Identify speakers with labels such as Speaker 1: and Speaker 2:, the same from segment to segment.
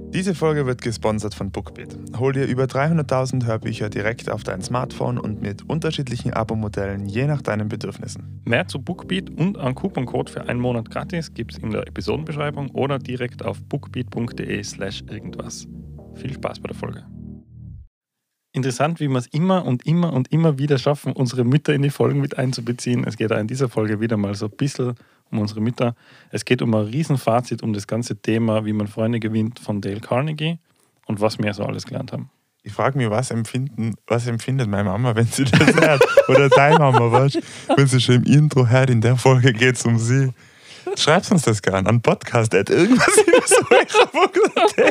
Speaker 1: Diese Folge wird gesponsert von Bookbeat. Hol dir über 300.000 Hörbücher direkt auf dein Smartphone und mit unterschiedlichen Abo-Modellen je nach deinen Bedürfnissen.
Speaker 2: Mehr zu Bookbeat und einen Couponcode für einen Monat gratis gibt es in der Episodenbeschreibung oder direkt auf bookbeat.de/irgendwas. Viel Spaß bei der Folge. Interessant, wie wir es immer wieder schaffen, unsere Mütter in die Folgen mit einzubeziehen. Es geht auch in dieser Folge wieder mal so ein bisschen um unsere Mütter. Es geht um ein Riesenfazit um das ganze Thema, wie man Freunde gewinnt, von Dale Carnegie und was wir so alles gelernt haben.
Speaker 1: Ich frage mich, was empfindet meine Mama, wenn sie das hört? Oder deine Mama, weißt du? Wenn sie schon im Intro hört, in der Folge geht es um sie. Schreibt uns das gerne an Podcast, irgendwas über so.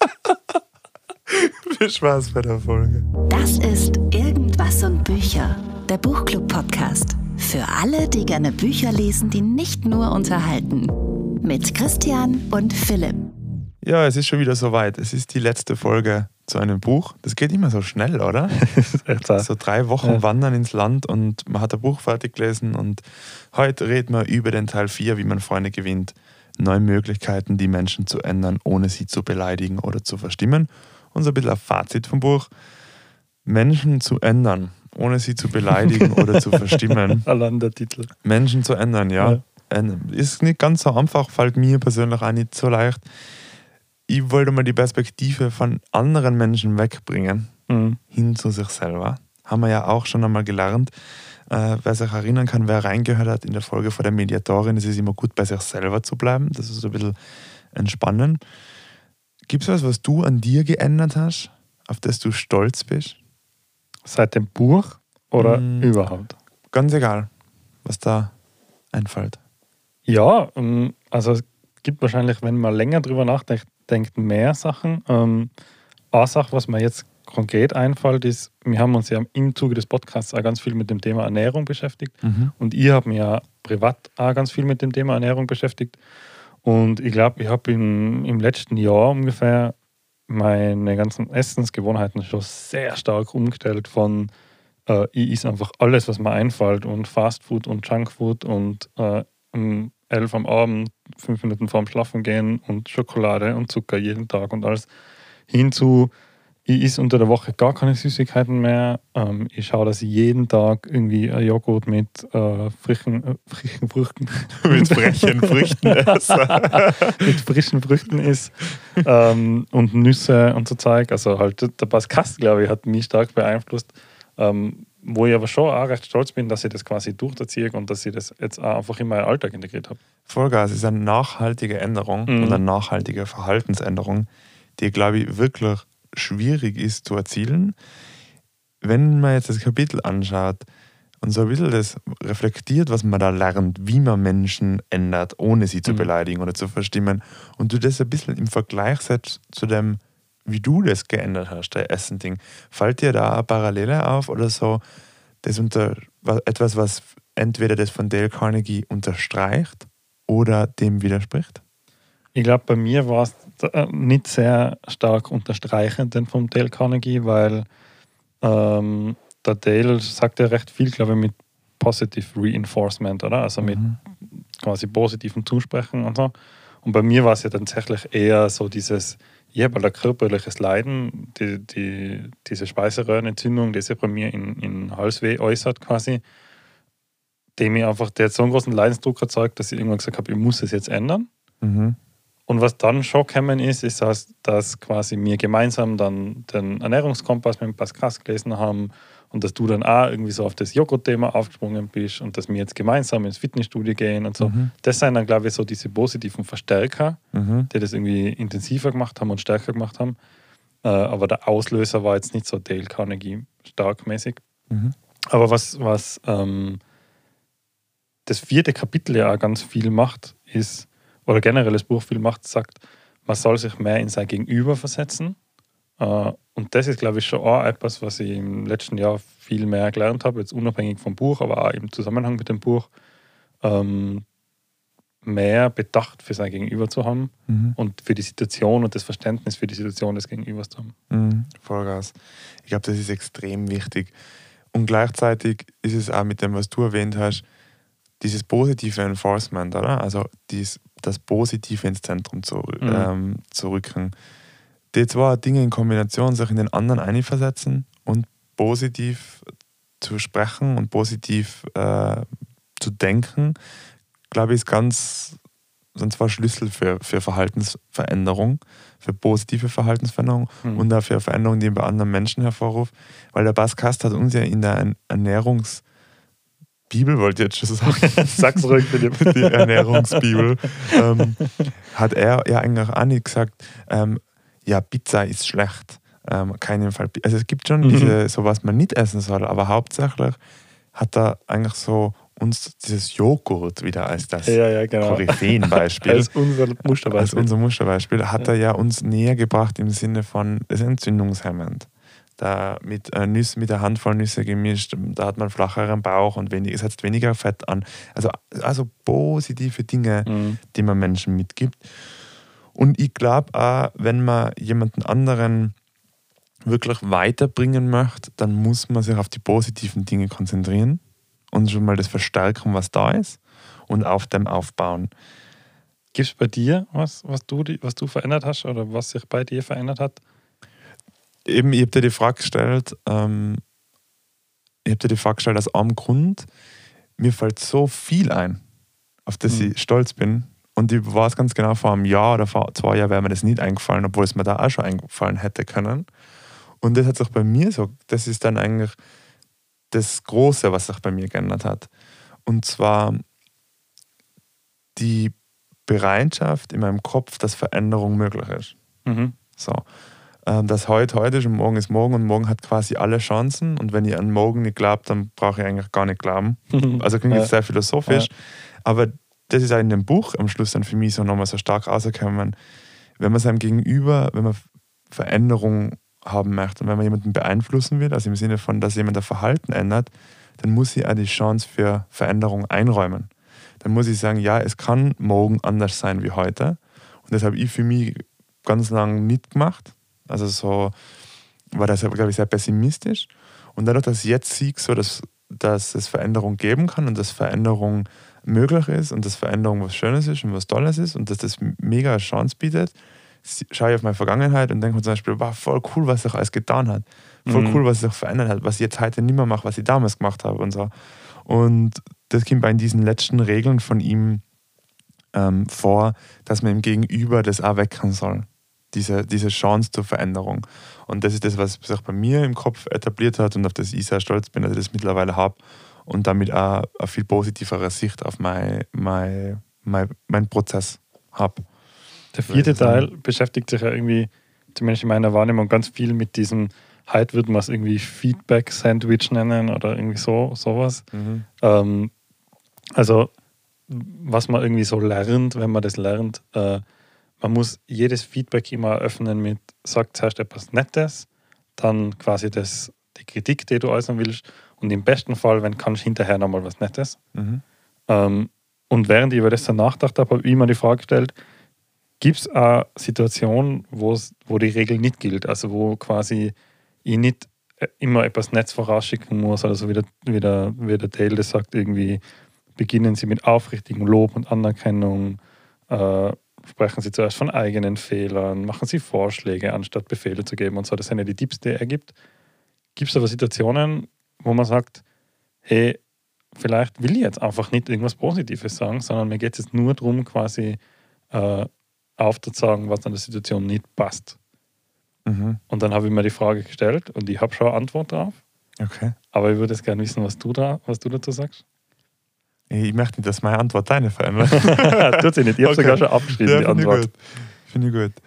Speaker 1: Viel Spaß bei der Folge.
Speaker 3: Das ist Irgendwas und Bücher, der Buchclub-Podcast. Für alle, die gerne Bücher lesen, die nicht nur unterhalten. Mit Christian und Philipp.
Speaker 1: Ja, es ist schon wieder soweit. Es ist die letzte Folge zu einem Buch. Das geht immer so schnell, oder? So 3 Wochen wandern ins Land und man hat ein Buch fertig gelesen. Und heute reden wir über den Teil 4, wie man Freunde gewinnt. 9 Möglichkeiten, die Menschen zu ändern, ohne sie zu beleidigen oder zu verstimmen. Und so ein bisschen ein Fazit vom Buch. Menschen zu ändern, ohne sie zu beleidigen oder zu verstimmen.
Speaker 2: Allein der Titel.
Speaker 1: Menschen zu ändern, ja. Ist nicht ganz so einfach, fällt mir persönlich auch nicht so leicht. Ich wollte mal die Perspektive von anderen Menschen wegbringen, hin zu sich selber. Haben wir ja auch schon einmal gelernt. Wer sich erinnern kann, wer reingehört hat in der Folge vor der Mediatorin, es ist immer gut, bei sich selber zu bleiben. Das ist so ein bisschen entspannend. Gibt es was du an dir geändert hast, auf das du stolz bist?
Speaker 2: Seit dem Buch oder überhaupt?
Speaker 1: Ganz egal, was da einfällt.
Speaker 2: Ja, also es gibt wahrscheinlich, wenn man länger drüber nachdenkt, mehr Sachen. Eine Sache, was mir jetzt konkret einfällt, ist, wir haben uns ja im Zuge des Podcasts auch ganz viel mit dem Thema Ernährung beschäftigt. Und ich habe mich ja privat auch ganz viel mit dem Thema Ernährung beschäftigt. Und ich glaube, ich habe im letzten Jahr ungefähr meine ganzen Essensgewohnheiten schon sehr stark umgestellt von ich esse einfach alles, was mir einfällt und Fastfood und Junkfood und um 11 am Abend, 5 Minuten vorm Schlafen gehen und Schokolade und Zucker jeden Tag und alles hinzu. Ich esse unter der Woche gar keine Süßigkeiten mehr. Ich schaue, dass ich jeden Tag irgendwie ein Joghurt mit frischen Früchten
Speaker 1: Mit frechen Früchten esse.
Speaker 2: mit frischen Früchten ist und Nüsse und so Zeug. Also halt der Podcast, glaube ich, hat mich stark beeinflusst. Wo ich aber schon auch recht stolz bin, dass ich das quasi durchziehe und dass ich das jetzt auch einfach in meinen Alltag integriert habe.
Speaker 1: Vollgas ist eine nachhaltige Änderung und eine nachhaltige Verhaltensänderung, die, glaube ich, wirklich schwierig ist zu erzielen. Wenn man jetzt das Kapitel anschaut und so ein bisschen das reflektiert, was man da lernt, wie man Menschen ändert, ohne sie zu beleidigen oder zu verstimmen, und du das ein bisschen im Vergleich setzt zu dem, wie du das geändert hast, der Essen-Ding, fällt dir da eine Parallele auf oder so, etwas, was entweder das von Dale Carnegie unterstreicht oder dem widerspricht?
Speaker 2: Ich glaube, bei mir war es nicht sehr stark unterstreichend denn vom Dale Carnegie, weil der Dale sagt ja recht viel, glaube ich, mit Positive Reinforcement, oder? Also mit quasi positivem Zusprechen und so. Und bei mir war es ja tatsächlich eher so dieses, ich habe ein körperliches Leiden, diese Speiseröhrenentzündung, die sich bei mir in Halsweh äußert quasi, der hat so einen großen Leidensdruck erzeugt, dass ich irgendwann gesagt habe, ich muss es jetzt ändern. Und was dann schon gekommen ist, dass quasi wir gemeinsam dann den Ernährungskompass mit dem Pascal gelesen haben und dass du dann auch irgendwie so auf das Joghurt-Thema aufgesprungen bist und dass wir jetzt gemeinsam ins Fitnessstudio gehen und so. Das sind dann, glaube ich, so diese positiven Verstärker, die das irgendwie intensiver gemacht haben und stärker gemacht haben. Aber der Auslöser war jetzt nicht so Dale Carnegie starkmäßig. Aber was das 4. Kapitel ja auch ganz viel macht, ist, oder generell das Buch viel macht, sagt, man soll sich mehr in sein Gegenüber versetzen. Und das ist, glaube ich, schon auch etwas, was ich im letzten Jahr viel mehr gelernt habe, jetzt unabhängig vom Buch, aber auch im Zusammenhang mit dem Buch, mehr Bedacht für sein Gegenüber zu haben und für die Situation und das Verständnis für die Situation des Gegenübers zu haben.
Speaker 1: Vollgas. Ich glaube, das ist extrem wichtig. Und gleichzeitig ist es auch mit dem, was du erwähnt hast, dieses positive Enforcement, oder? Also das Positive ins Zentrum zu rücken. die zwei Dinge in Kombination, sich in den anderen einversetzen und positiv zu sprechen und positiv zu denken, glaube ich, sind zwar Schlüssel für Verhaltensveränderung, für positive Verhaltensveränderung und auch für Veränderungen, die bei anderen Menschen hervorruft. Weil der Bas Kast hat uns ja in der Ernährungsbibel, wollte ich jetzt schon sagen.
Speaker 2: Sag's ruhig, Philipp.
Speaker 1: Die Ernährungsbibel. Hat er ja eigentlich auch nicht gesagt, ja, Pizza ist schlecht. Keinen Fall. Also es gibt schon so was man nicht essen soll, aber hauptsächlich hat er eigentlich so uns dieses Joghurt wieder als das Koryphäen-Beispiel.
Speaker 2: Als unser Musterbeispiel.
Speaker 1: Hat er ja uns näher gebracht im Sinne von, es ist entzündungshemmend. Da mit der Handvoll Nüsse gemischt, da hat man flacheren Bauch und es setzt weniger Fett an. Also positive Dinge, die man Menschen mitgibt. Und ich glaube auch, wenn man jemanden anderen wirklich weiterbringen möchte, dann muss man sich auf die positiven Dinge konzentrieren und schon mal das verstärken, was da ist und auf dem aufbauen.
Speaker 2: Gibt es bei dir was du verändert hast oder was sich bei dir verändert hat?
Speaker 1: Eben, ich habe dir die Frage gestellt, aus einem Grund, mir fällt so viel ein, auf das ich stolz bin. Und ich weiß ganz genau, vor einem Jahr oder vor 2 Jahren wäre mir das nicht eingefallen, obwohl es mir da auch schon eingefallen hätte können. Und das hat sich bei mir so, das ist dann eigentlich das Große, was sich bei mir geändert hat. Und zwar die Bereitschaft in meinem Kopf, dass Veränderung möglich ist. So. Dass heute ist und morgen ist morgen und morgen hat quasi alle Chancen. Und wenn ich an morgen nicht glaube, dann brauche ich eigentlich gar nicht glauben. Also klingt jetzt sehr philosophisch. Aber das ist auch in dem Buch am Schluss dann für mich so nochmal so stark rausgekommen. Wenn man seinem Gegenüber, wenn man Veränderung haben möchte und wenn man jemanden beeinflussen will, also im Sinne von, dass jemand das Verhalten ändert, dann muss ich auch die Chance für Veränderung einräumen. Dann muss ich sagen, ja, es kann morgen anders sein wie heute. Und das habe ich für mich ganz lange nicht gemacht. Also so war das, glaube ich, sehr pessimistisch. Und dadurch, dass ich jetzt sehe, so dass es Veränderung geben kann und dass Veränderung möglich ist und dass Veränderung was Schönes ist und was Tolles ist und dass das mega eine Chance bietet, schaue ich auf meine Vergangenheit und denke mir zum Beispiel, wow, voll cool, was sich alles getan hat. Voll cool, was sich verändert hat, was ich jetzt heute nicht mehr mache, was ich damals gemacht habe und so. Und das kommt bei diesen letzten Regeln von ihm vor, dass man im Gegenüber das auch wecken soll. Diese Chance zur Veränderung. Und das ist das, was sich bei mir im Kopf etabliert hat und auf das ich sehr stolz bin, dass ich das mittlerweile habe und damit auch eine viel positivere Sicht auf meinen Prozess habe.
Speaker 2: Der 4. Teil beschäftigt sich ja irgendwie, zumindest in meiner Wahrnehmung, ganz viel mit diesem, heute würde man es irgendwie Feedback-Sandwich nennen oder irgendwie sowas. Also, was man irgendwie so lernt, wenn man das lernt, man muss jedes Feedback immer eröffnen mit, sag zuerst etwas Nettes, dann quasi die Kritik, die du äußern willst und im besten Fall, wenn kannst, hinterher nochmal was Nettes. Und während ich über das dann nachgedacht habe, habe ich mir die Frage gestellt, gibt es eine Situation, wo die Regel nicht gilt, also wo quasi ich nicht immer etwas Nettes vorausschicken muss, oder so wie der Dale das sagt, irgendwie beginnen Sie mit aufrichtigem Lob und Anerkennung, sprechen Sie zuerst von eigenen Fehlern, machen Sie Vorschläge, anstatt Befehle zu geben und so. Das sind ja die Tipps, die er gibt. Gibt es aber Situationen, wo man sagt, hey, vielleicht will ich jetzt einfach nicht irgendwas Positives sagen, sondern mir geht es jetzt nur darum, quasi aufzuzeigen, was an der Situation nicht passt. Und dann habe ich mir die Frage gestellt und ich habe schon eine Antwort drauf.
Speaker 1: Okay.
Speaker 2: Aber ich würde jetzt gerne wissen, was du dazu sagst.
Speaker 1: Ich möchte nicht, dass meine Antwort deine verändert.
Speaker 2: Tut sie nicht. Ich habe sogar schon abgeschrieben, die Antwort.
Speaker 1: Finde ich gut.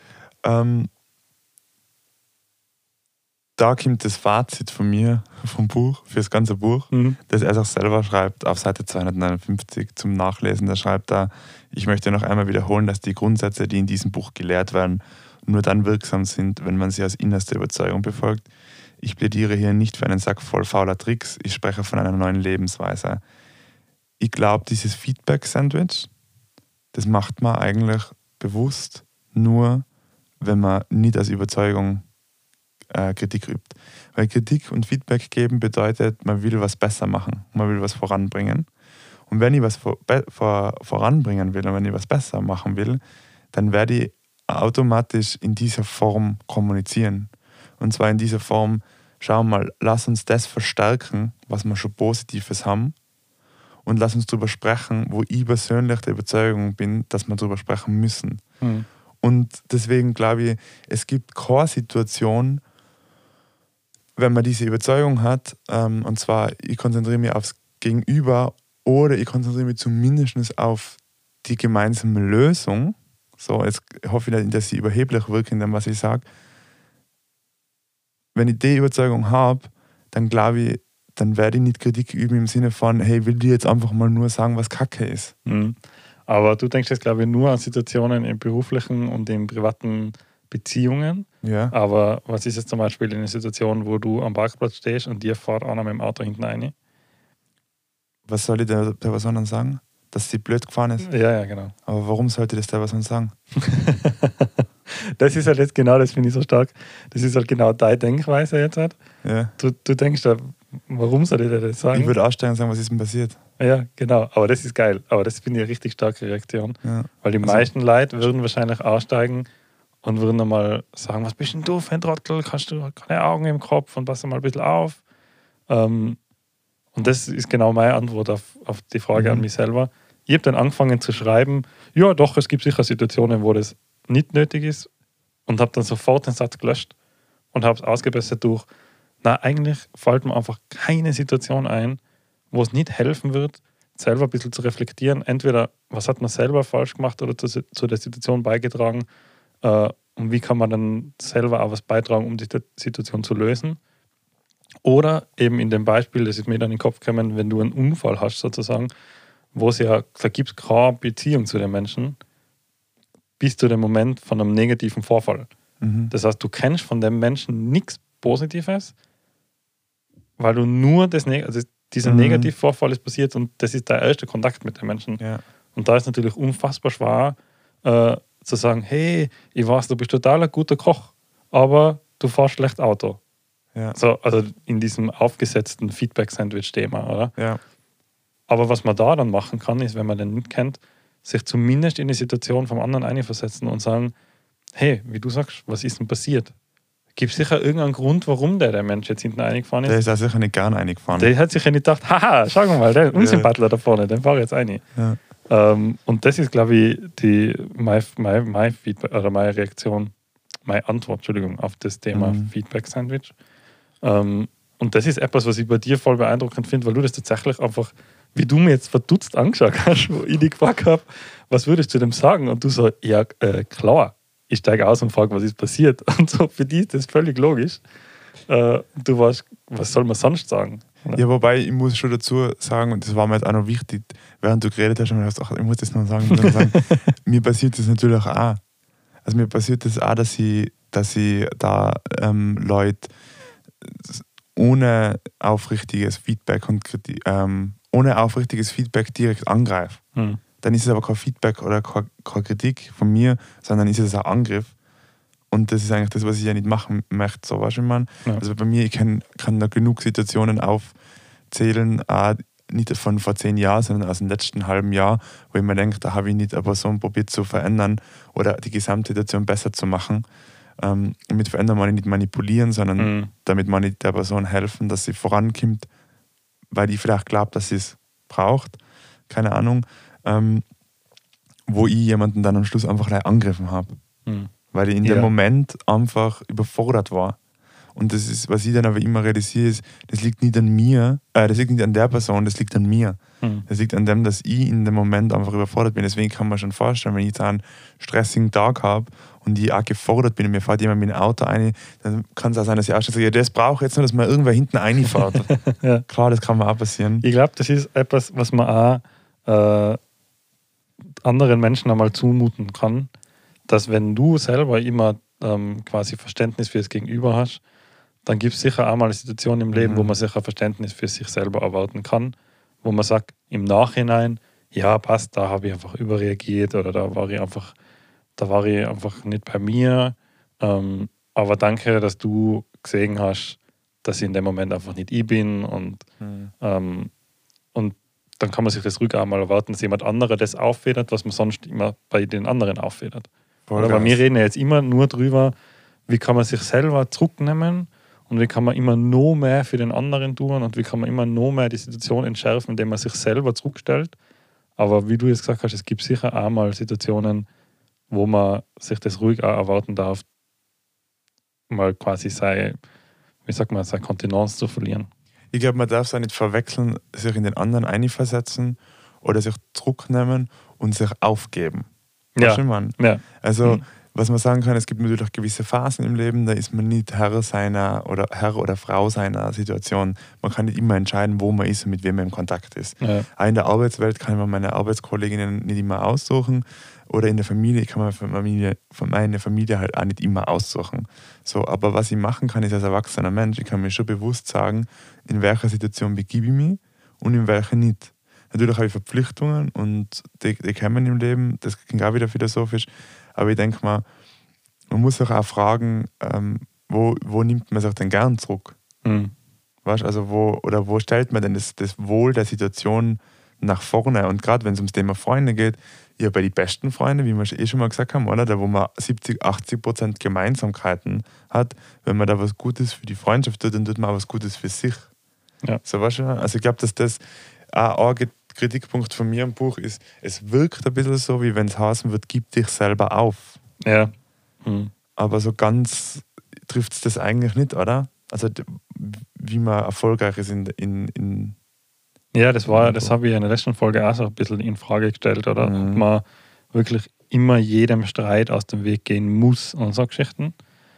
Speaker 1: Da kommt das Fazit von mir, vom Buch, für das ganze Buch, das er sich selber schreibt, auf Seite 259 zum Nachlesen. Da schreibt er, ich möchte noch einmal wiederholen, dass die Grundsätze, die in diesem Buch gelehrt werden, nur dann wirksam sind, wenn man sie aus innerster Überzeugung befolgt. Ich plädiere hier nicht für einen Sack voll fauler Tricks, ich spreche von einer neuen Lebensweise. Ich glaube, dieses Feedback-Sandwich, das macht man eigentlich bewusst nur, wenn man nicht aus Überzeugung Kritik übt. Weil Kritik und Feedback geben bedeutet, man will was besser machen, man will was voranbringen. Und wenn ich was voranbringen will und wenn ich was besser machen will, dann werde ich automatisch in dieser Form kommunizieren. Und zwar in dieser Form, schau mal, lass uns das verstärken, was wir schon Positives haben, und lass uns darüber sprechen, wo ich persönlich der Überzeugung bin, dass wir darüber sprechen müssen.
Speaker 2: Mhm.
Speaker 1: Und deswegen glaube ich, es gibt keine Situation, wenn man diese Überzeugung hat, und zwar, ich konzentriere mich aufs Gegenüber oder ich konzentriere mich zumindest auf die gemeinsame Lösung. So, jetzt hoffe ich nicht, dass ich überheblich wirke in dem, was ich sage. Wenn ich die Überzeugung habe, dann glaube ich, dann werde ich nicht Kritik üben im Sinne von, hey, will die jetzt einfach mal nur sagen, was Kacke ist.
Speaker 2: Mhm. Aber du denkst jetzt, glaube ich, nur an Situationen in beruflichen und in privaten Beziehungen.
Speaker 1: Ja.
Speaker 2: Aber was ist jetzt zum Beispiel in einer Situation, wo du am Parkplatz stehst und dir fährt einer mit dem Auto hinten rein?
Speaker 1: Was soll ich der Person dann sagen? Dass sie blöd gefahren ist?
Speaker 2: Ja, genau.
Speaker 1: Aber warum sollte das der Person sagen?
Speaker 2: Das ist halt jetzt genau, das finde ich so stark, das ist halt genau deine Denkweise jetzt halt.
Speaker 1: Ja.
Speaker 2: Du denkst da, warum soll ich dir das sagen?
Speaker 1: Ich würde aussteigen und sagen, was ist denn passiert?
Speaker 2: Ja, genau. Aber das ist geil. Aber das finde ich eine richtig starke Reaktion.
Speaker 1: Ja.
Speaker 2: Weil die meisten Leute würden wahrscheinlich aussteigen und würden einmal sagen, was bist denn du für ein Trottel? Hast du keine Augen im Kopf und pass mal ein bisschen auf. Und das ist genau meine Antwort auf die Frage an mich selber. Ich habe dann angefangen zu schreiben, ja doch, es gibt sicher Situationen, wo das nicht nötig ist, und habe dann sofort den Satz gelöscht und habe es ausgebessert durch, na, eigentlich fällt mir einfach keine Situation ein, wo es nicht helfen wird, selber ein bisschen zu reflektieren. Entweder, was hat man selber falsch gemacht oder zu der Situation beigetragen, und wie kann man dann selber auch was beitragen, um die Situation zu lösen. Oder eben in dem Beispiel, das ist mir dann in den Kopf gekommen, wenn du einen Unfall hast sozusagen, wo es ja, da gibt es keine Beziehung zu den Menschen, bis zu dem Moment von einem negativen Vorfall. Das heißt, du kennst von dem Menschen nichts Positives, weil du nur dieser Negativvorfall ist passiert und das ist der erste Kontakt mit den Menschen.
Speaker 1: Ja.
Speaker 2: Und da ist natürlich unfassbar schwer zu sagen, hey, ich weiß, du bist total ein guter Koch, aber du fährst schlecht Auto.
Speaker 1: Ja.
Speaker 2: So, also in diesem aufgesetzten Feedback-Sandwich-Thema, oder?
Speaker 1: Ja.
Speaker 2: Aber was man da dann machen kann, ist, wenn man den nicht kennt, sich zumindest in die Situation vom anderen einversetzen und sagen, hey, wie du sagst, was ist denn passiert? Gibt es sicher irgendeinen Grund, warum der Mensch jetzt hinten eingefahren ist?
Speaker 1: Der ist auch sicher nicht gern eingefahren.
Speaker 2: Der hat sich ja nicht gedacht, haha, schau mal, der Unsympathler da vorne, den fahre ich jetzt ein.
Speaker 1: Ja.
Speaker 2: Und das ist, glaube ich, meine Feedback oder meine Reaktion, meine Antwort, auf das Thema Feedback-Sandwich. Und das ist etwas, was ich bei dir voll beeindruckend finde, weil du das tatsächlich einfach, wie du mir jetzt verdutzt angeschaut hast, wo ich dich gefragt habe, was würdest du dem sagen? Und du so, ja, klar, ich steige aus und frage, was ist passiert. Und so, für dich ist das völlig logisch. Du weißt, was soll man sonst sagen? Oder?
Speaker 1: Ja, wobei, ich muss schon dazu sagen, und das war mir jetzt auch noch wichtig, während du geredet hast, und ich muss das noch sagen, mir passiert das natürlich auch. Also mir passiert das auch, dass ich da Leute ohne aufrichtiges Feedback und ohne aufrichtiges Feedback direkt angreife. Dann ist es aber kein Feedback oder keine Kritik von mir, sondern ist es ein Angriff. Und das ist eigentlich das, was ich ja nicht machen möchte. So, weißt du, man? Ja. Also bei mir, ich kann da genug Situationen aufzählen, auch nicht von vor 10 Jahren, sondern aus dem letzten halben Jahr, wo ich mir denke, da habe ich nicht eine Person probiert zu verändern oder die Gesamtsituation besser zu machen. Mit verändern meine ich nicht manipulieren, sondern damit meine ich der Person helfen, dass sie vorankommt, weil die vielleicht glaubt, dass sie es braucht. Keine Ahnung. Wo ich jemanden dann am Schluss einfach gleich angegriffen habe. Weil ich in dem Moment einfach überfordert war. Und das ist, was ich dann aber immer realisiere, ist, das liegt nicht an mir, das liegt nicht an der Person, das liegt an mir. Das liegt an dem, dass ich in dem Moment einfach überfordert bin. Deswegen kann man schon vorstellen, wenn ich jetzt einen stressigen Tag habe und ich auch gefordert bin und mir fährt jemand mit dem Auto rein, dann kann es auch sein, dass ich auch schon sage, ja, das brauche ich jetzt nur, dass man irgendwer hinten reinfährt. Ja. Klar, das kann man auch passieren.
Speaker 2: Ich glaube, das ist etwas, was man auch anderen Menschen einmal zumuten kann, dass wenn du selber immer quasi Verständnis für das Gegenüber hast, dann gibt es sicher auch mal eine Situation im Leben, wo man sich ein Verständnis für sich selber erwarten kann, wo man sagt, im Nachhinein, ja, passt, da habe ich einfach überreagiert oder da war ich einfach nicht bei mir. Aber danke, dass du gesehen hast, dass ich in dem Moment einfach nicht ich bin und dann kann man sich das ruhig auch mal erwarten, dass jemand anderer das auffedert, was man sonst immer bei den anderen auffedert. Aber wir reden ja jetzt immer nur drüber, wie kann man sich selber zurücknehmen und wie kann man immer noch mehr für den anderen tun und wie kann man immer noch mehr die Situation entschärfen, indem man sich selber zurückstellt. Aber wie du jetzt gesagt hast, es gibt sicher auch mal Situationen, wo man sich das ruhig auch erwarten darf, mal quasi seine Kontenance zu verlieren.
Speaker 1: Ich glaube, man darf es auch nicht verwechseln, sich in den anderen einversetzen oder sich zurücknehmen und sich aufgeben.
Speaker 2: Ja. Ja.
Speaker 1: Also, was man sagen kann, es gibt natürlich gewisse Phasen im Leben, da ist man nicht Herr oder Frau seiner Situation. Man kann nicht immer entscheiden, wo man ist und mit wem man in Kontakt ist.
Speaker 2: Ja.
Speaker 1: Auch in der Arbeitswelt kann man meine Arbeitskolleginnen nicht immer aussuchen oder in der Familie kann man meine Familie halt auch nicht immer aussuchen. So, aber was ich machen kann, ist als erwachsener Mensch, ich kann mir schon bewusst sagen, in welcher Situation begebe ich mich und in welcher nicht. Natürlich habe ich Verpflichtungen und die kennen im Leben, das klingt auch wieder philosophisch, aber ich denke mal, man muss sich auch fragen, wo nimmt man sich denn gern zurück? Weißt, also wo stellt man denn das Wohl der Situation nach vorne? Und gerade wenn es ums Thema Freunde geht, ja bei den besten Freunden, wie wir schon mal gesagt haben, oder? Da wo man 70-80% Gemeinsamkeiten hat, wenn man da was Gutes für die Freundschaft tut, dann tut man auch was Gutes für sich.
Speaker 2: Ja.
Speaker 1: So, weißt du? Also ich glaube, dass das auch ein Kritikpunkt von mir im Buch ist, es wirkt ein bisschen so, wie wenn es heißen wird, gib dich selber auf.
Speaker 2: Ja.
Speaker 1: Aber so ganz trifft es das eigentlich nicht, oder? Also wie man erfolgreich ist in
Speaker 2: Ja, das habe ich in der letzten Folge auch so ein bisschen in Frage gestellt, oder? Ob man wirklich immer jedem Streit aus dem Weg gehen muss und so Geschichten.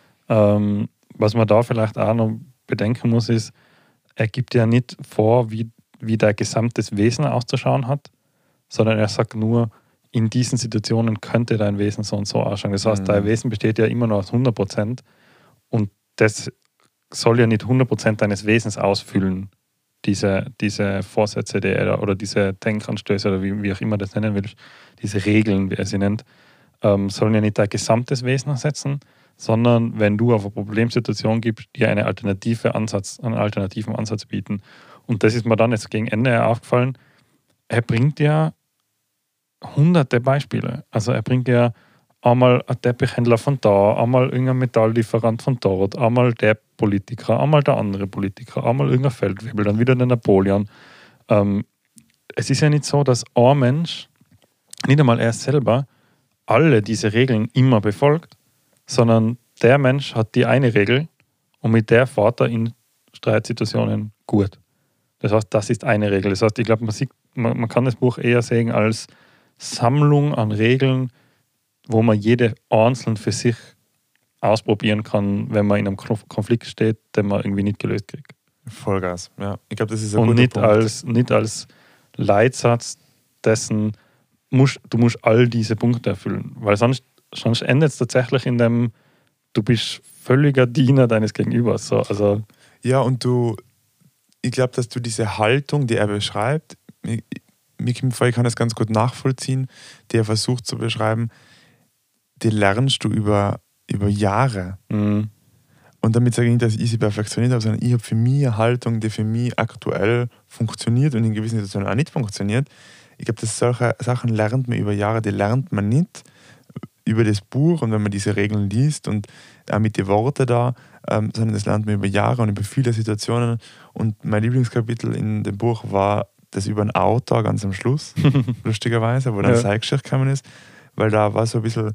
Speaker 2: Was man da vielleicht auch noch bedenken muss, ist, er gibt ja nicht vor, wie dein gesamtes Wesen auszuschauen hat, sondern er sagt nur, in diesen Situationen könnte dein Wesen so und so ausschauen. Das heißt, dein Wesen besteht ja immer noch aus 100% und das soll ja nicht 100% deines Wesens ausfüllen, diese Vorsätze oder diese Denkanstöße oder wie auch immer das nennen willst, diese Regeln, wie er sie nennt, sollen ja nicht dein gesamtes Wesen ersetzen, sondern wenn du auf eine Problemsituation gibst, dir einen alternativen Ansatz bieten. Und das ist mir dann jetzt gegen Ende aufgefallen, er bringt ja hunderte Beispiele. Also er bringt ja einmal einen Teppichhändler von da, einmal irgendein Metalllieferant von dort, einmal der Politiker, einmal der andere Politiker, einmal irgendein Feldwebel, dann wieder der Napoleon. Es ist ja nicht so, dass ein Mensch, nicht einmal er selber, alle diese Regeln immer befolgt, sondern der Mensch hat die eine Regel und mit der fährt er in Streitsituationen gut. Das heißt, das ist eine Regel. Das heißt, ich glaube, man kann das Buch eher sehen als Sammlung an Regeln, wo man jede einzeln für sich ausprobieren kann, wenn man in einem Konflikt steht, den man irgendwie nicht gelöst kriegt.
Speaker 1: Vollgas, ja. Ich glaube, das ist ein
Speaker 2: und
Speaker 1: guter
Speaker 2: nicht
Speaker 1: Punkt.
Speaker 2: nicht als Leitsatz dessen, du musst all diese Punkte erfüllen. Weil sonst endet es tatsächlich in dem, du bist völliger Diener deines Gegenübers. So, also
Speaker 1: ja, und ich glaube, dass du diese Haltung, die er beschreibt, ich kann das ganz gut nachvollziehen, die er versucht zu beschreiben, die lernst du über Jahre. Und damit sage ich nicht, dass ich sie perfektioniert habe, sondern ich habe für mich eine Haltung, die für mich aktuell funktioniert und in gewissen Situationen auch nicht funktioniert. Ich glaube, dass solche Sachen lernt man über Jahre, die lernt man nicht über das Buch und wenn man diese Regeln liest und auch mit den Worten da, sondern das lernt man über Jahre und über viele Situationen. Und mein Lieblingskapitel in dem Buch war das über ein Auto ganz am Schluss, lustigerweise, wo dann seine Geschichte gekommen ist, weil da war so ein bisschen,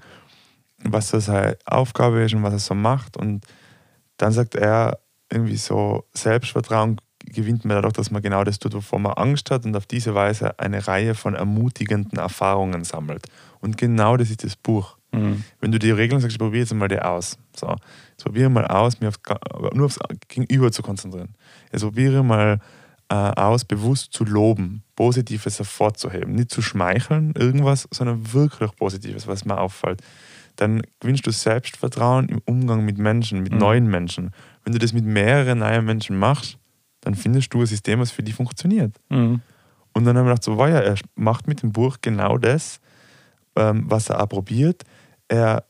Speaker 1: was so seine Aufgabe ist und was er so macht. Und dann sagt er irgendwie so, Selbstvertrauen gewinnt man dadurch, dass man genau das tut, wovor man Angst hat und auf diese Weise eine Reihe von ermutigenden Erfahrungen sammelt. Und genau das ist das Buch. Wenn du die Regeln sagst, probier jetzt mal die aus. So, jetzt probiere mal aus, nur aufs Gegenüber zu konzentrieren. Jetzt probiere mal aus, bewusst zu loben, Positives hervorzuheben, nicht zu schmeicheln, irgendwas, sondern wirklich Positives, was mir auffällt. Dann gewinnst du Selbstvertrauen im Umgang mit Menschen, mit neuen Menschen. Wenn du das mit mehreren neuen Menschen machst, dann findest du ein System, was für dich funktioniert. Und dann haben wir gedacht, so, er macht mit dem Buch genau das, was er auch probiert. Er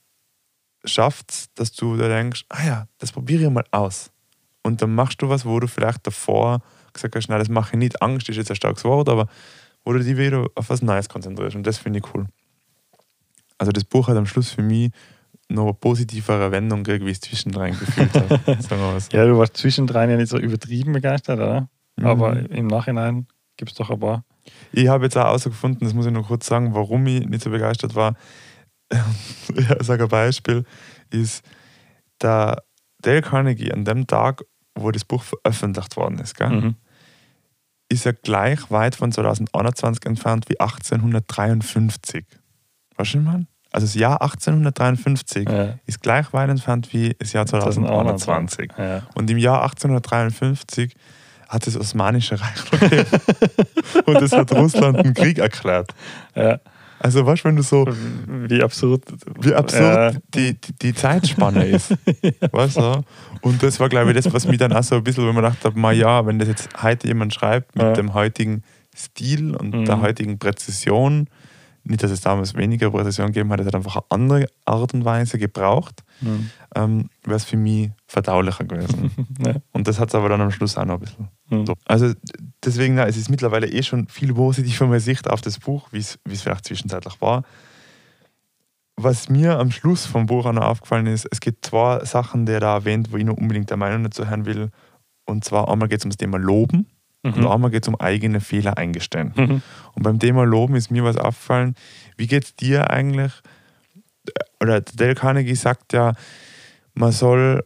Speaker 1: schafft es, dass du da denkst, das probiere ich mal aus. Und dann machst du was, wo du vielleicht davor gesagt hast, nein, das mache ich nicht. Angst ist jetzt ein starkes Wort, aber wo du dich wieder auf was Neues konzentrierst. Und das finde ich cool. Also das Buch hat am Schluss für mich noch eine positivere Wendung gekriegt, wie ich es zwischendrin gefühlt habe. Sagen wir mal so.
Speaker 2: Ja, du warst zwischendrin ja nicht so übertrieben begeistert, oder? Aber im Nachhinein gibt es doch ein paar.
Speaker 1: Ich habe jetzt auch herausgefunden, das muss ich noch kurz sagen, warum ich nicht so begeistert war. Ich sage ein Beispiel, ist der Dale Carnegie an dem Tag, wo das Buch veröffentlicht worden ist, gell, ist er gleich weit von 2021 entfernt wie 1853. Weißt du, man? Also das Jahr 1853 ist gleich weit entfernt wie das Jahr 2021.
Speaker 2: Ja.
Speaker 1: Und im Jahr 1853 hat das Osmanische Reich noch gegeben. Und es hat Russland einen Krieg erklärt.
Speaker 2: Ja.
Speaker 1: Also weißt du, wenn du so...
Speaker 2: Wie absurd
Speaker 1: die Zeitspanne ist. Weißt du? Und das war, glaube ich, das, was mich dann auch so ein bisschen, wenn man dachte, wenn das jetzt heute jemand schreibt mit dem heutigen Stil und der heutigen Präzision, nicht, dass es damals weniger Präzision gegeben hat, es hat einfach eine andere Art und Weise gebraucht, wäre es für mich verdaulicher gewesen.
Speaker 2: Ja.
Speaker 1: Und das hat es aber dann am Schluss auch noch ein bisschen. So. Also deswegen, es ist mittlerweile schon viel positiver meine Sicht auf das Buch, wie es vielleicht zwischenzeitlich war. Was mir am Schluss vom Buch auch noch aufgefallen ist, es gibt zwei Sachen, die er da erwähnt, wo ich noch unbedingt der Meinung dazu hören will. Und zwar einmal geht es ums Thema Loben. Und einmal geht es um eigene Fehler eingestehen. Und beim Thema Loben ist mir was aufgefallen. Wie geht es dir eigentlich? Oder Dale Carnegie sagt ja, man soll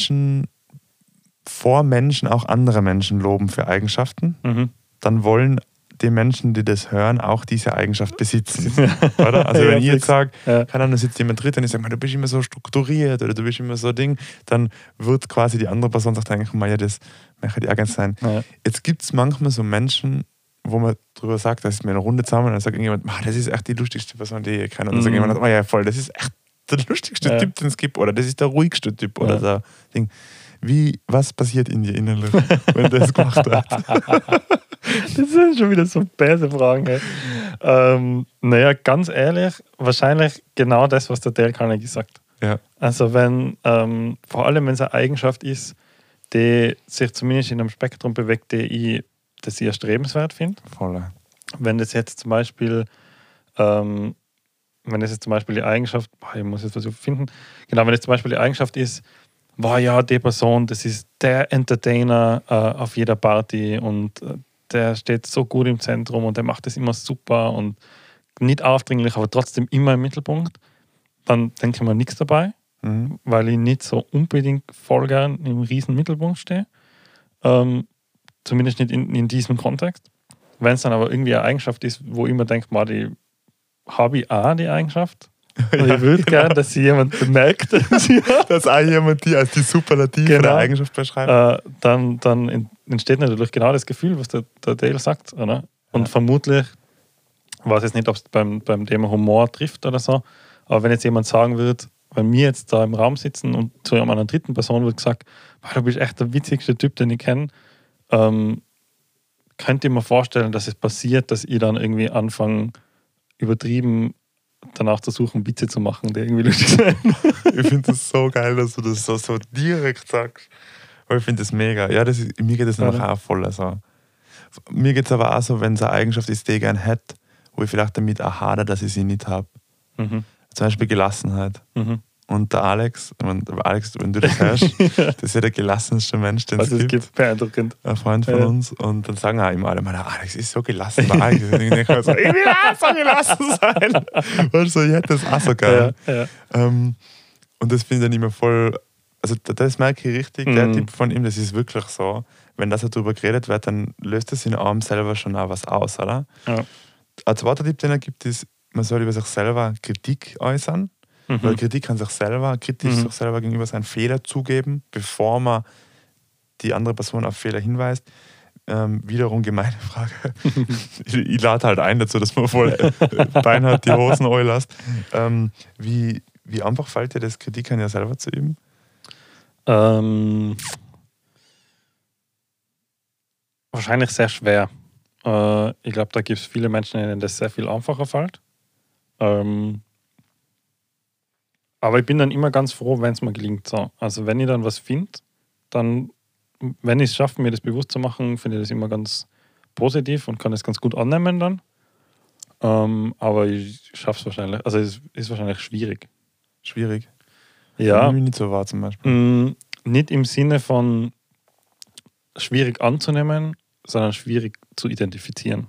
Speaker 1: vor Menschen auch andere Menschen loben für Eigenschaften. Dann wollen die Menschen, die das hören, auch diese Eigenschaft besitzen. Oder? Also wenn ich jetzt sage, keine Ahnung, da sitzt jemand drin und ich sage, du bist immer so strukturiert oder du bist immer so Ding, dann wird quasi die andere Person sagt eigentlich, das möchte ich auch gerne sein. Ja. Jetzt gibt es manchmal so Menschen, wo man darüber sagt, dass wir eine Runde zusammen und dann sagt irgendjemand, das ist echt die lustigste Person, die ich kenne. Und dann sagt jemand, ja voll, das ist echt der lustigste Typ, den es gibt. Oder das ist der ruhigste Typ. Oder der Ding. Was passiert in dir innerlich, wenn das gemacht wird?
Speaker 2: Das sind schon wieder so böse Fragen. Naja, ganz ehrlich, wahrscheinlich genau das, was der Dale Carnegie sagt.
Speaker 1: Ja.
Speaker 2: Also wenn, vor allem wenn es eine Eigenschaft ist, die sich zumindest in einem Spektrum bewegt, das ich erstrebenswert finde.
Speaker 1: Voll.
Speaker 2: Wenn das jetzt zum Beispiel die Eigenschaft, ich muss jetzt versuchen zu finden, genau, wenn das zum Beispiel die Eigenschaft ist, die Person, das ist der Entertainer auf jeder Party und der steht so gut im Zentrum und der macht das immer super und nicht aufdringlich, aber trotzdem immer im Mittelpunkt, dann denke ich mir nichts dabei, weil ich nicht so unbedingt voll gern im riesen Mittelpunkt stehe. Zumindest nicht in diesem Kontext. Wenn es dann aber irgendwie eine Eigenschaft ist, wo ich mir denke, die habe ich auch, die Eigenschaft. Und ich würde gerne, dass sie jemand bemerkt,
Speaker 1: dass auch jemand die als die Superlative der Eigenschaft beschreibt.
Speaker 2: Dann entsteht natürlich genau das Gefühl, was der Dale sagt. Oder? Und vermutlich, ich weiß jetzt nicht, ob es beim Thema Humor trifft oder so, aber wenn jetzt jemand sagen würde, wenn wir jetzt da im Raum sitzen und zu einer dritten Person wird gesagt, du bist echt der witzigste Typ, den ich kenne, könnt ihr mir vorstellen, dass es passiert, dass ihr dann irgendwie anfangen, übertrieben danach zu suchen, Witze zu machen, die irgendwie lustig sind.
Speaker 1: Ich finde das so geil, dass du das so direkt sagst. Weil ich finde das mega. Ja, mir geht das nämlich auch voll so. Mir geht es aber auch so, wenn es eine Eigenschaft ist, die ich gerne hätte, wo ich vielleicht damit auch hadere, dass ich sie nicht habe. Zum Beispiel Gelassenheit. Und der Alex, wenn du das hörst, das ist ja der gelassenste Mensch, den es gibt.
Speaker 2: Beeindruckend.
Speaker 1: Ein Freund von uns. Und dann sagen auch immer alle, der Alex ist so gelassen. Ich will auch so gelassen sein. Weißt du, ich hätte das auch so geil.
Speaker 2: Ja.
Speaker 1: Und das finde ich dann immer voll, also das merke ich richtig, der Tipp von ihm, das ist wirklich so. Wenn das darüber geredet wird, dann löst das in einem selber schon auch was aus, oder?
Speaker 2: Ja.
Speaker 1: Ein zweiter Tipp, den er gibt, ist, man soll über sich selber Kritik äußern. Weil Kritik kann sich selber gegenüber seinen Fehler zugeben, bevor man die andere Person auf Fehler hinweist. Wiederum gemeine Frage. Ich lade halt ein dazu, dass man voll beinhart die Hosen lässt. Wie einfach fällt dir das, Kritik an dir selber zu üben?
Speaker 2: Wahrscheinlich sehr schwer. Ich glaube, da gibt es viele Menschen, denen das sehr viel einfacher fällt. Aber ich bin dann immer ganz froh, wenn es mir gelingt. So. Also wenn ich dann was finde, dann, wenn ich es schaffe, mir das bewusst zu machen, finde ich das immer ganz positiv und kann es ganz gut annehmen dann. Aber ich schaffe es wahrscheinlich. Also es ist wahrscheinlich schwierig.
Speaker 1: Schwierig?
Speaker 2: Ja.
Speaker 1: Für mich nicht so wahr zum Beispiel.
Speaker 2: Nicht im Sinne von schwierig anzunehmen, sondern schwierig zu identifizieren.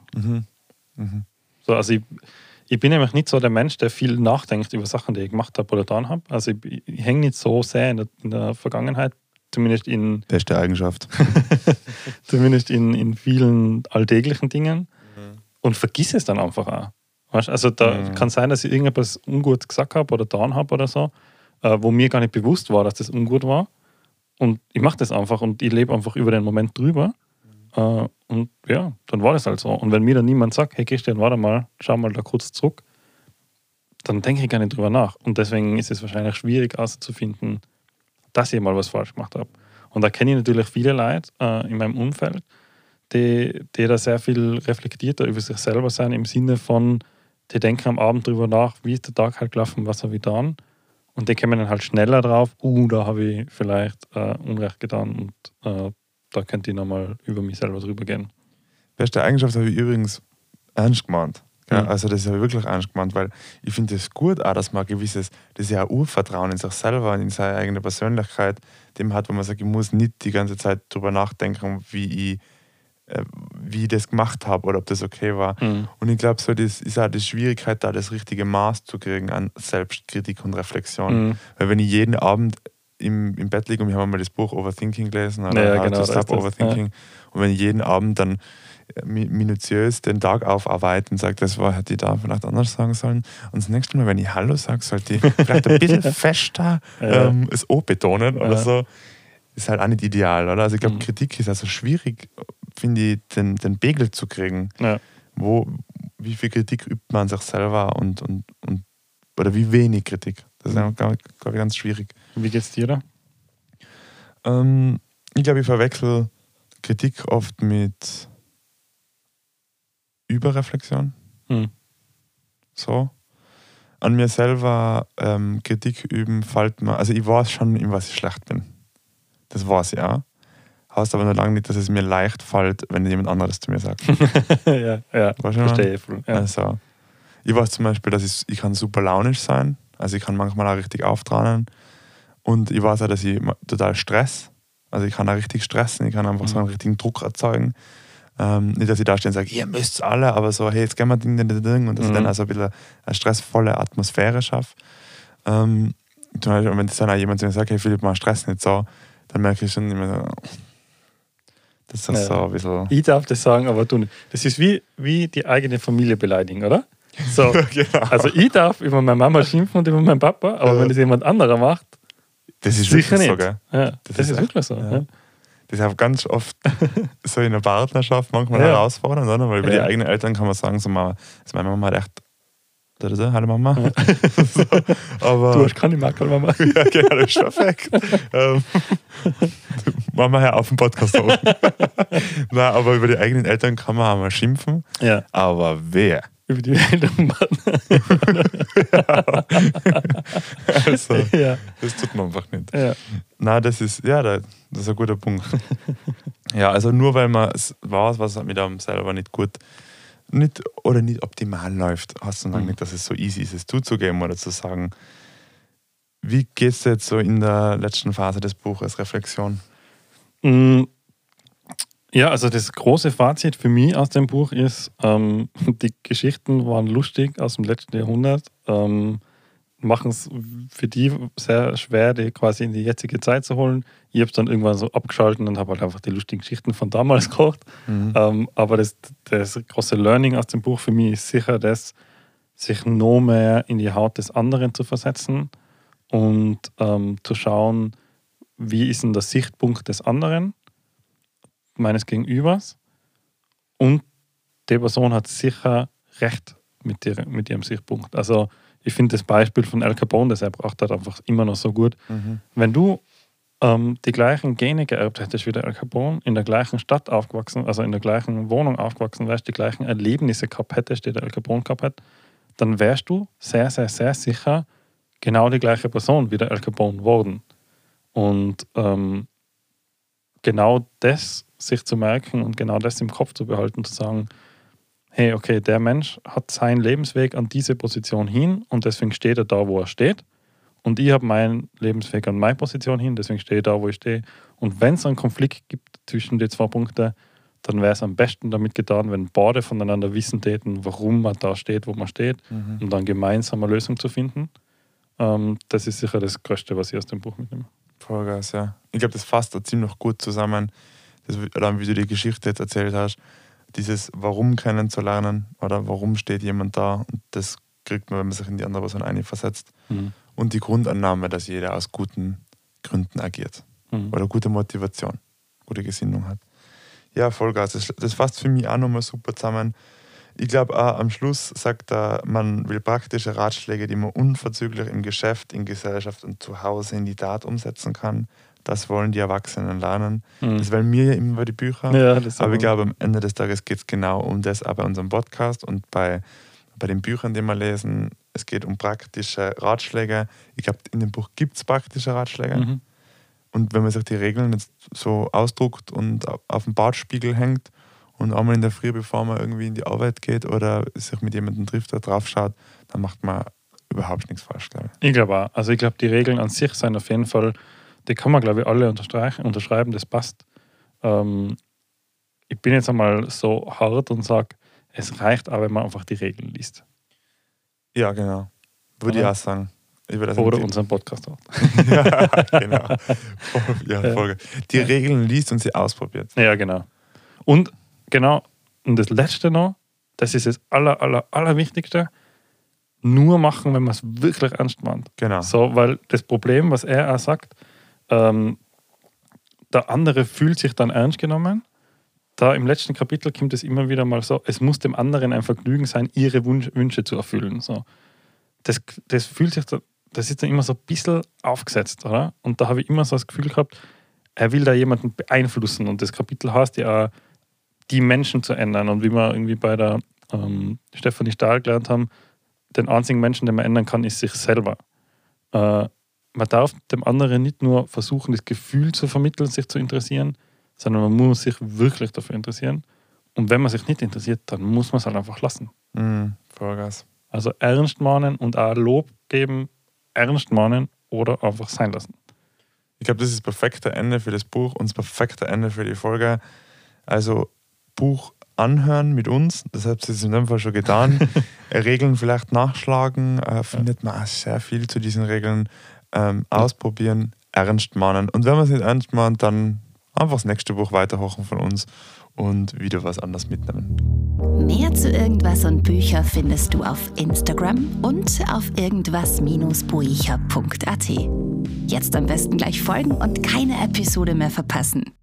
Speaker 2: So, also ich bin nämlich nicht so der Mensch, der viel nachdenkt über Sachen, die ich gemacht habe oder getan habe. Also ich hänge nicht so sehr in der Vergangenheit, zumindest in...
Speaker 1: Beste Eigenschaft.
Speaker 2: zumindest in vielen alltäglichen Dingen und vergiss es dann einfach auch. Weißt? Also da kann sein, dass ich irgendetwas ungut gesagt habe oder getan habe oder so, wo mir gar nicht bewusst war, dass das ungut war. Und ich mache das einfach und ich lebe einfach über den Moment drüber. Und ja, dann war das halt so. Und wenn mir dann niemand sagt, hey Christian, warte mal, schau mal da kurz zurück, dann denke ich gar nicht drüber nach. Und deswegen ist es wahrscheinlich schwierig auszufinden, dass ich mal was falsch gemacht habe. Und da kenne ich natürlich viele Leute in meinem Umfeld, die da sehr viel reflektierter über sich selber sind, im Sinne von, die denken am Abend drüber nach, wie ist der Tag halt gelaufen, was habe ich getan. Und die kommen dann halt schneller drauf, da habe ich vielleicht Unrecht getan und da könnte ich nochmal über mich selber drüber gehen.
Speaker 1: Beste Eigenschaft habe ich übrigens ernst gemeint. Ja, also das habe ich wirklich ernst gemeint, weil ich finde es gut auch, dass man ein gewisses, das ist ja ein Urvertrauen in sich selber und in seine eigene Persönlichkeit, dem hat, wo man sagt, ich muss nicht die ganze Zeit drüber nachdenken, wie ich das gemacht habe oder ob das okay war. Und ich glaube, so das ist auch die Schwierigkeit, da das richtige Maß zu kriegen an Selbstkritik und Reflexion. Weil wenn ich jeden Abend im Bett liege, und wir haben mal das Buch Overthinking gelesen, oder
Speaker 2: ja, genau,
Speaker 1: Stop Overthinking, und wenn ich jeden Abend dann minutiös den Tag aufarbeiten und sage, das hätte ich da vielleicht anders sagen sollen. Und das nächste Mal, wenn ich Hallo sage, sollte ich vielleicht ein bisschen fester das O betonen oder so. Ist halt auch nicht ideal, oder? Also ich glaube, Kritik ist also schwierig, finde ich, den Pegel zu kriegen. Ja. Wie viel Kritik übt man an sich selber und oder wie wenig Kritik. Das ist, glaube ich, ganz schwierig.
Speaker 2: Wie geht's dir da?
Speaker 1: Ich glaube, ich verwechsel Kritik oft mit Überreflexion. So. An mir selber Kritik üben fällt mir, also ich weiß schon, in was ich schlecht bin. Das weiß ich auch. Heißt aber noch lange nicht, dass es mir leicht fällt, wenn jemand anderes zu mir sagt.
Speaker 2: ja, verstehe ich. Ja.
Speaker 1: Also, ich weiß zum Beispiel, dass ich kann super launisch sein. Also ich kann manchmal auch richtig auftrainen. Und ich weiß auch, dass ich total Stress. Also ich kann auch richtig stressen. Ich kann einfach so einen richtigen Druck erzeugen. Nicht, dass ich da stehe und sage, ihr müsst alle, aber so, hey, jetzt gehen wir Ding. Und dass ich dann also ein bisschen eine stressvolle Atmosphäre schaffe. Zum Beispiel, wenn das dann auch jemand zu mir sagt, hey Philipp, mach Stress nicht so, dann merke ich schon immer so, das ist so ein bisschen...
Speaker 2: Ich darf das sagen, aber du nicht. Das ist wie die eigene Familie beleidigen, oder? So. Genau. Also ich darf über meine Mama schimpfen und über meinen Papa, aber wenn das jemand anderer macht,
Speaker 1: das ist
Speaker 2: sicher
Speaker 1: wirklich
Speaker 2: nicht.
Speaker 1: So, gell?
Speaker 2: Ja, das ist wirklich so. Ja.
Speaker 1: Das ist auch ganz oft so in der Partnerschaft manchmal herausfordernd, oder? Weil über die eigenen Eltern kann man sagen, so, meine Mama hat echt... Hallo Mama.
Speaker 2: So, aber du hast keine Makel, Mama.
Speaker 1: Ja, genau, das ist perfekt. Mama, hör auf den Podcast hoch. Nein, aber über die eigenen Eltern kann man auch mal schimpfen.
Speaker 2: Ja.
Speaker 1: Aber wer?
Speaker 2: Über die Eltern.
Speaker 1: Also, das tut man einfach nicht.
Speaker 2: Ja.
Speaker 1: Nein, das ist ein guter Punkt. Ja, also nur weil man weiß, was mit einem selber nicht gut nicht optimal läuft, heißt dann nicht, dass es so easy ist, es zuzugeben oder zu sagen. Wie geht es jetzt so in der letzten Phase des Buches, Reflexion?
Speaker 2: Ja, also das große Fazit für mich aus dem Buch ist, die Geschichten waren lustig aus dem letzten Jahrhundert, machen es für die sehr schwer, die quasi in die jetzige Zeit zu holen. Ich habe es dann irgendwann so abgeschaltet und habe halt einfach die lustigen Geschichten von damals gekocht. Aber das große Learning aus dem Buch für mich ist sicher, dass sich noch mehr in die Haut des anderen zu versetzen und zu schauen, wie ist denn der Sichtpunkt des anderen, meines Gegenübers, und die Person hat sicher recht mit ihrem Sichtpunkt. Also ich finde das Beispiel von Al Capone, das er gebracht hat, einfach immer noch so gut. Wenn du die gleichen Gene geerbt hättest wie der Al Capone, in der gleichen Stadt aufgewachsen, also in der gleichen Wohnung aufgewachsen wärst, die gleichen Erlebnisse gehabt hättest, die der Al Capone gehabt hat, dann wärst du sehr, sehr, sehr sicher genau die gleiche Person wie der Al Capone geworden. Und genau das sich zu merken und genau das im Kopf zu behalten, zu sagen, hey, okay, der Mensch hat seinen Lebensweg an diese Position hin und deswegen steht er da, wo er steht. Und ich habe meinen Lebensweg an meine Position hin, deswegen stehe ich da, wo ich stehe. Und wenn es einen Konflikt gibt zwischen den 2 Punkten, dann wäre es am besten damit getan, wenn beide voneinander wissen täten, warum man da steht, wo man steht, und dann gemeinsam eine Lösung zu finden. Das ist sicher das Größte, was ich aus dem Buch mitnehme.
Speaker 1: Vollgas, ja. Ich glaube, das fasst da ziemlich gut zusammen, wie du die Geschichte jetzt erzählt hast, dieses Warum kennenzulernen oder warum steht jemand da, und das kriegt man, wenn man sich in die andere Person einversetzt. Und die Grundannahme, dass jeder aus guten Gründen agiert oder gute Motivation, gute Gesinnung hat. Ja, Vollgas, das fasst für mich auch nochmal super zusammen. Ich glaube auch am Schluss sagt er, man will praktische Ratschläge, die man unverzüglich im Geschäft, in Gesellschaft und zu Hause in die Tat umsetzen kann. Das wollen die Erwachsenen lernen. Das wollen wir ja immer bei den Büchern.
Speaker 2: Ja,
Speaker 1: aber ich glaube, am Ende des Tages geht es genau um das auch bei unserem Podcast und bei den Büchern, die wir lesen. Es geht um praktische Ratschläge. Ich glaube, in dem Buch gibt es praktische Ratschläge. Und wenn man sich die Regeln jetzt so ausdruckt und auf den Bartspiegel hängt und einmal in der Früh, bevor man irgendwie in die Arbeit geht oder sich mit jemandem trifft, der drauf schaut, dann macht man überhaupt nichts falsch, glaube ich.
Speaker 2: Ich glaube auch. Also ich glaube, die Regeln an sich sind auf jeden Fall, die kann man, glaube ich, alle unterschreiben, das passt. Ich bin jetzt einmal so hart und sage, es reicht auch, wenn man einfach die Regeln liest.
Speaker 1: Ja, genau. Würde ich auch sagen.
Speaker 2: Oder unseren Podcast auch.
Speaker 1: Ja, genau. Ja, Folge. Die Regeln liest und sie ausprobiert.
Speaker 2: Ja, genau. Und genau, und das Letzte noch, das ist das Allerwichtigste, nur machen, wenn man es wirklich ernst meint.
Speaker 1: Genau.
Speaker 2: So, weil das Problem, was er auch sagt, der andere fühlt sich dann ernst genommen. Da im letzten Kapitel kommt es immer wieder mal so, es muss dem anderen ein Vergnügen sein, ihre Wünsche zu erfüllen. So. Das fühlt sich, das ist dann immer so ein bisschen aufgesetzt, oder? Und da habe ich immer so das Gefühl gehabt, er will da jemanden beeinflussen. Und das Kapitel heißt ja auch, die Menschen zu ändern. Und wie wir irgendwie bei der Stefanie Stahl gelernt haben, den einzigen Menschen, den man ändern kann, ist sich selber. Man darf dem anderen nicht nur versuchen, das Gefühl zu vermitteln, sich zu interessieren, sondern man muss sich wirklich dafür interessieren. Und wenn man sich nicht interessiert, dann muss man es halt einfach lassen.
Speaker 1: Vollgas.
Speaker 2: Also ernst mahnen und auch Lob geben, ernst mahnen oder einfach sein lassen.
Speaker 1: Ich glaube, das ist das perfekte Ende für das Buch und das perfekte Ende für die Folge. Also Buch anhören mit uns, das habt ihr in dem Fall schon getan. Regeln vielleicht nachschlagen, findet man auch sehr viel zu diesen Regeln. Ausprobieren, ernst mahnen. Und wenn man es nicht ernst mahnt, dann einfach das nächste Buch weiterhochen von uns und wieder was anderes mitnehmen.
Speaker 3: Mehr zu Irgendwas und Bücher findest du auf Instagram und auf irgendwas-buecher.at. Jetzt am besten gleich folgen und keine Episode mehr verpassen.